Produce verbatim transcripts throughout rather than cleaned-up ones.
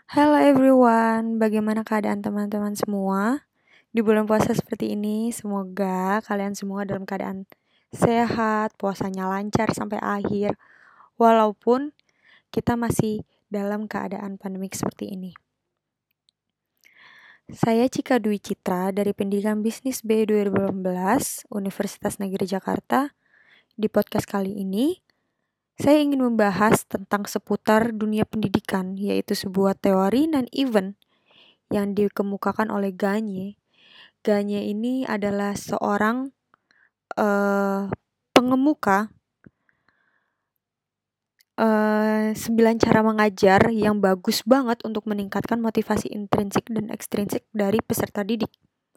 Hello everyone, bagaimana keadaan teman-teman semua? Di bulan puasa seperti ini, semoga kalian semua dalam keadaan sehat, puasanya lancar sampai akhir, walaupun kita masih dalam keadaan pandemik seperti ini. Saya Cika Dwi Citra dari Pendidikan Bisnis B dua ribu delapan belas, Universitas Negeri Jakarta. Di podcast kali ini, saya ingin membahas tentang seputar dunia pendidikan, yaitu sebuah teori dan event yang dikemukakan oleh Gagne. Gagne ini adalah seorang uh, pengemuka uh, sembilan cara mengajar yang bagus banget untuk meningkatkan motivasi intrinsik dan ekstrinsik dari peserta didik.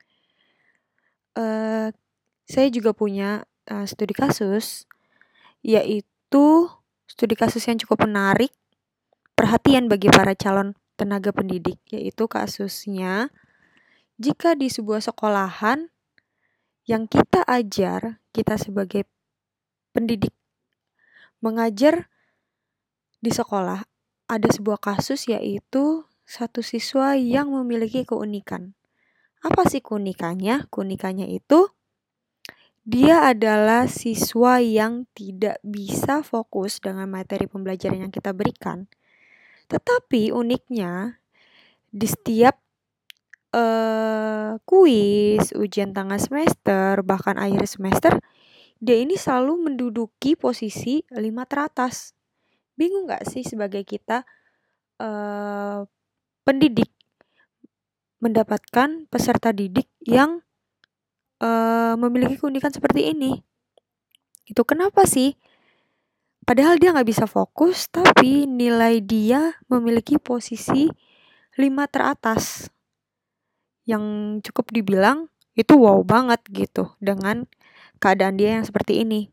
Uh, saya juga punya uh, studi kasus, yaitu studi kasus yang cukup menarik perhatian bagi para calon tenaga pendidik, yaitu kasusnya jika di sebuah sekolahan yang kita ajar, kita sebagai pendidik mengajar di sekolah, ada sebuah kasus yaitu satu siswa yang memiliki keunikan. Apa sih keunikannya? Keunikannya itu dia adalah siswa yang tidak bisa fokus dengan materi pembelajaran yang kita berikan. Tetapi uniknya di setiap uh, kuis, ujian tengah semester, bahkan akhir semester, dia ini selalu menduduki posisi lima teratas. Bingung gak sih sebagai kita uh, pendidik mendapatkan peserta didik yang uh, memiliki keunikan seperti ini? Itu kenapa sih? Padahal dia gak bisa fokus, tapi nilai dia memiliki posisi lima teratas. Yang cukup dibilang itu wow banget gitu dengan keadaan dia yang seperti ini.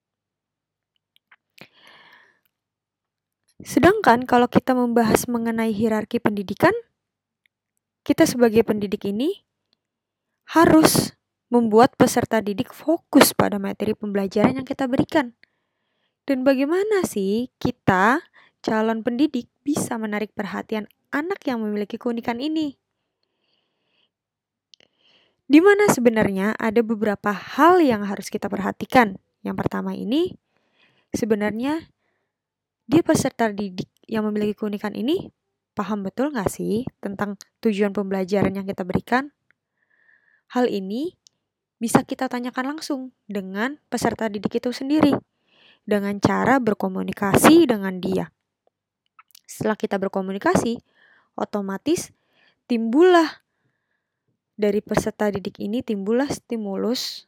Sedangkan kalau kita membahas mengenai hierarki pendidikan, kita sebagai pendidik ini harus membuat peserta didik fokus pada materi pembelajaran yang kita berikan. Dan bagaimana sih kita, calon pendidik, bisa menarik perhatian anak yang memiliki keunikan ini? Di mana sebenarnya ada beberapa hal yang harus kita perhatikan. Yang pertama ini, sebenarnya dia peserta didik yang memiliki keunikan ini paham betul gak sih tentang tujuan pembelajaran yang kita berikan? Hal ini bisa kita tanyakan langsung dengan peserta didik itu sendiri dengan cara berkomunikasi dengan dia. Setelah kita berkomunikasi, otomatis timbullah dari peserta didik ini timbullah stimulus,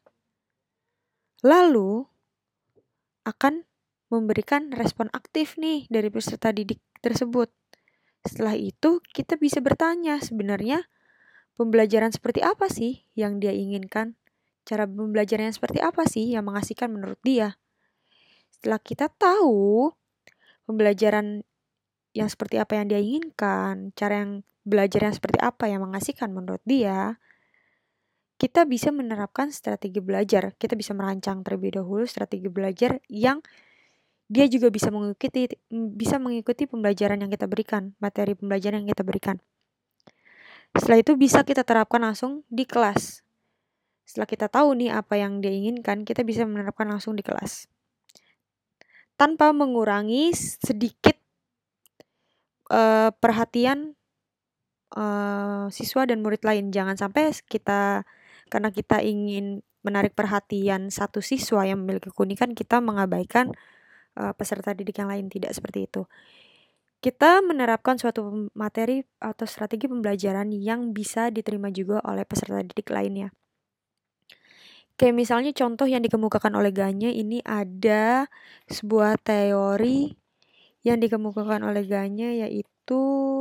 lalu akan memberikan respon aktif nih dari peserta didik tersebut. Setelah itu kita bisa bertanya sebenarnya pembelajaran seperti apa sih yang dia inginkan? Cara pembelajaran yang seperti apa sih yang mengasihkan menurut dia? Setelah kita tahu pembelajaran yang seperti apa yang dia inginkan, cara yang belajar yang seperti apa yang mengasihkan menurut dia, kita bisa menerapkan strategi belajar. Kita bisa merancang terlebih dahulu strategi belajar yang dia juga bisa mengikuti bisa mengikuti pembelajaran yang kita berikan, materi pembelajaran yang kita berikan. Setelah itu bisa kita terapkan langsung di kelas. Setelah kita tahu nih apa yang dia inginkan, kita bisa menerapkan langsung di kelas. Tanpa mengurangi sedikit uh, perhatian uh, siswa dan murid lain. Jangan sampai kita, karena kita ingin menarik perhatian satu siswa yang memiliki keunikan, kita mengabaikan uh, peserta didik yang lain. Tidak seperti itu. Kita menerapkan suatu materi atau strategi pembelajaran yang bisa diterima juga oleh peserta didik lainnya. Kayak misalnya contoh yang dikemukakan oleh Gagne ini ada sebuah teori yang dikemukakan oleh Gagne yaitu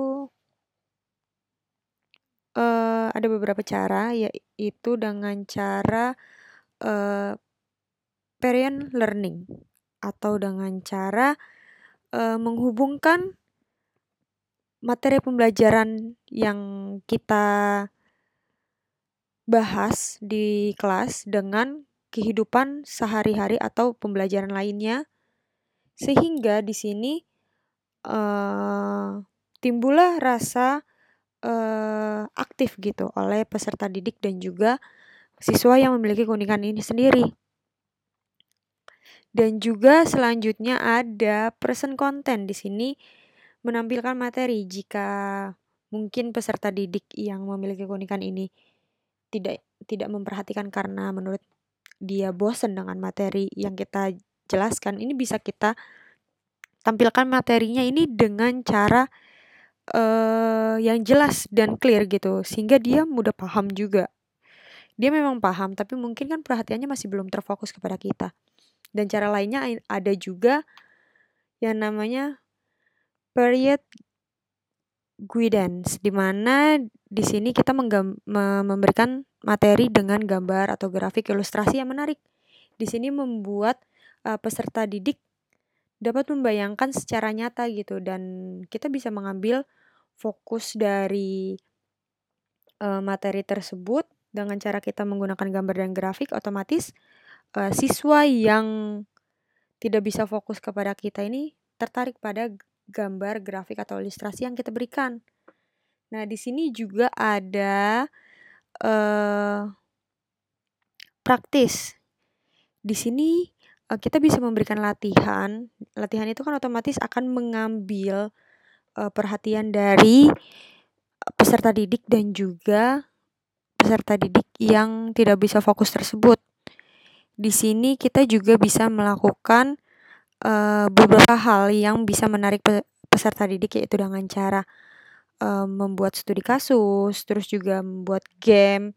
uh, ada beberapa cara, yaitu dengan cara uh, parent learning atau dengan cara uh, menghubungkan materi pembelajaran yang kita bahas di kelas dengan kehidupan sehari-hari atau pembelajaran lainnya, sehingga di sini uh, timbullah rasa uh, aktif gitu oleh peserta didik dan juga siswa yang memiliki keunikan ini sendiri. Dan juga selanjutnya ada present content. Di sini menampilkan materi jika mungkin peserta didik yang memiliki keunikan ini tidak tidak memperhatikan karena menurut dia bosan dengan materi yang kita jelaskan. Ini bisa kita tampilkan materinya ini dengan cara uh, yang jelas dan clear gitu, sehingga dia mudah paham juga. Dia memang paham, tapi mungkin kan perhatiannya masih belum terfokus kepada kita. Dan cara lainnya ada juga yang namanya period guidance, di mana di sini kita menggam- memberikan materi dengan gambar atau grafik ilustrasi yang menarik. Di sini membuat uh, peserta didik dapat membayangkan secara nyata gitu, dan kita bisa mengambil fokus dari uh, materi tersebut dengan cara kita menggunakan gambar dan grafik. Otomatis uh, siswa yang tidak bisa fokus kepada kita ini tertarik pada gambar, grafik atau ilustrasi yang kita berikan. Nah, di sini juga ada uh, praktis. Di sini uh, kita bisa memberikan latihan. Latihan itu kan otomatis akan mengambil uh, perhatian dari peserta didik dan juga peserta didik yang tidak bisa fokus tersebut. Di sini kita juga bisa melakukan uh, beberapa hal yang bisa menarik pe- peserta didik, yaitu dengan cara uh, membuat studi kasus, terus juga membuat game.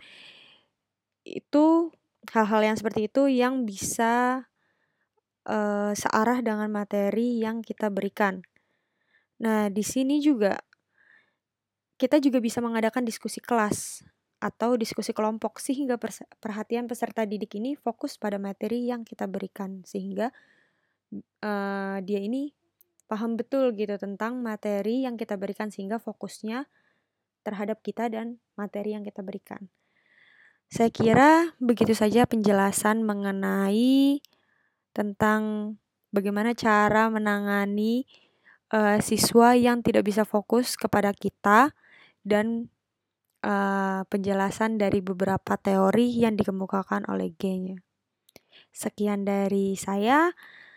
Itu hal-hal yang seperti itu yang bisa uh, searah dengan materi yang kita berikan. Nah, di sini juga kita juga bisa mengadakan diskusi kelas atau diskusi kelompok sehingga perhatian peserta didik ini fokus pada materi yang kita berikan, sehingga uh, dia ini paham betul gitu tentang materi yang kita berikan, sehingga fokusnya terhadap kita dan materi yang kita berikan. Saya kira begitu saja penjelasan mengenai tentang bagaimana cara menangani uh, siswa yang tidak bisa fokus kepada kita, dan uh, penjelasan dari beberapa teori yang dikemukakan oleh G-nya. Sekian dari saya.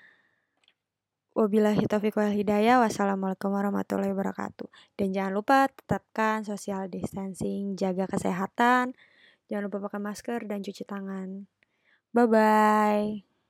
Wabillahi taufiq wal hidayah. Wassalamualaikum warahmatullahi wabarakatuh. Dan jangan lupa tetapkan social distancing, jaga kesehatan, jangan lupa pakai masker dan cuci tangan. Bye-bye.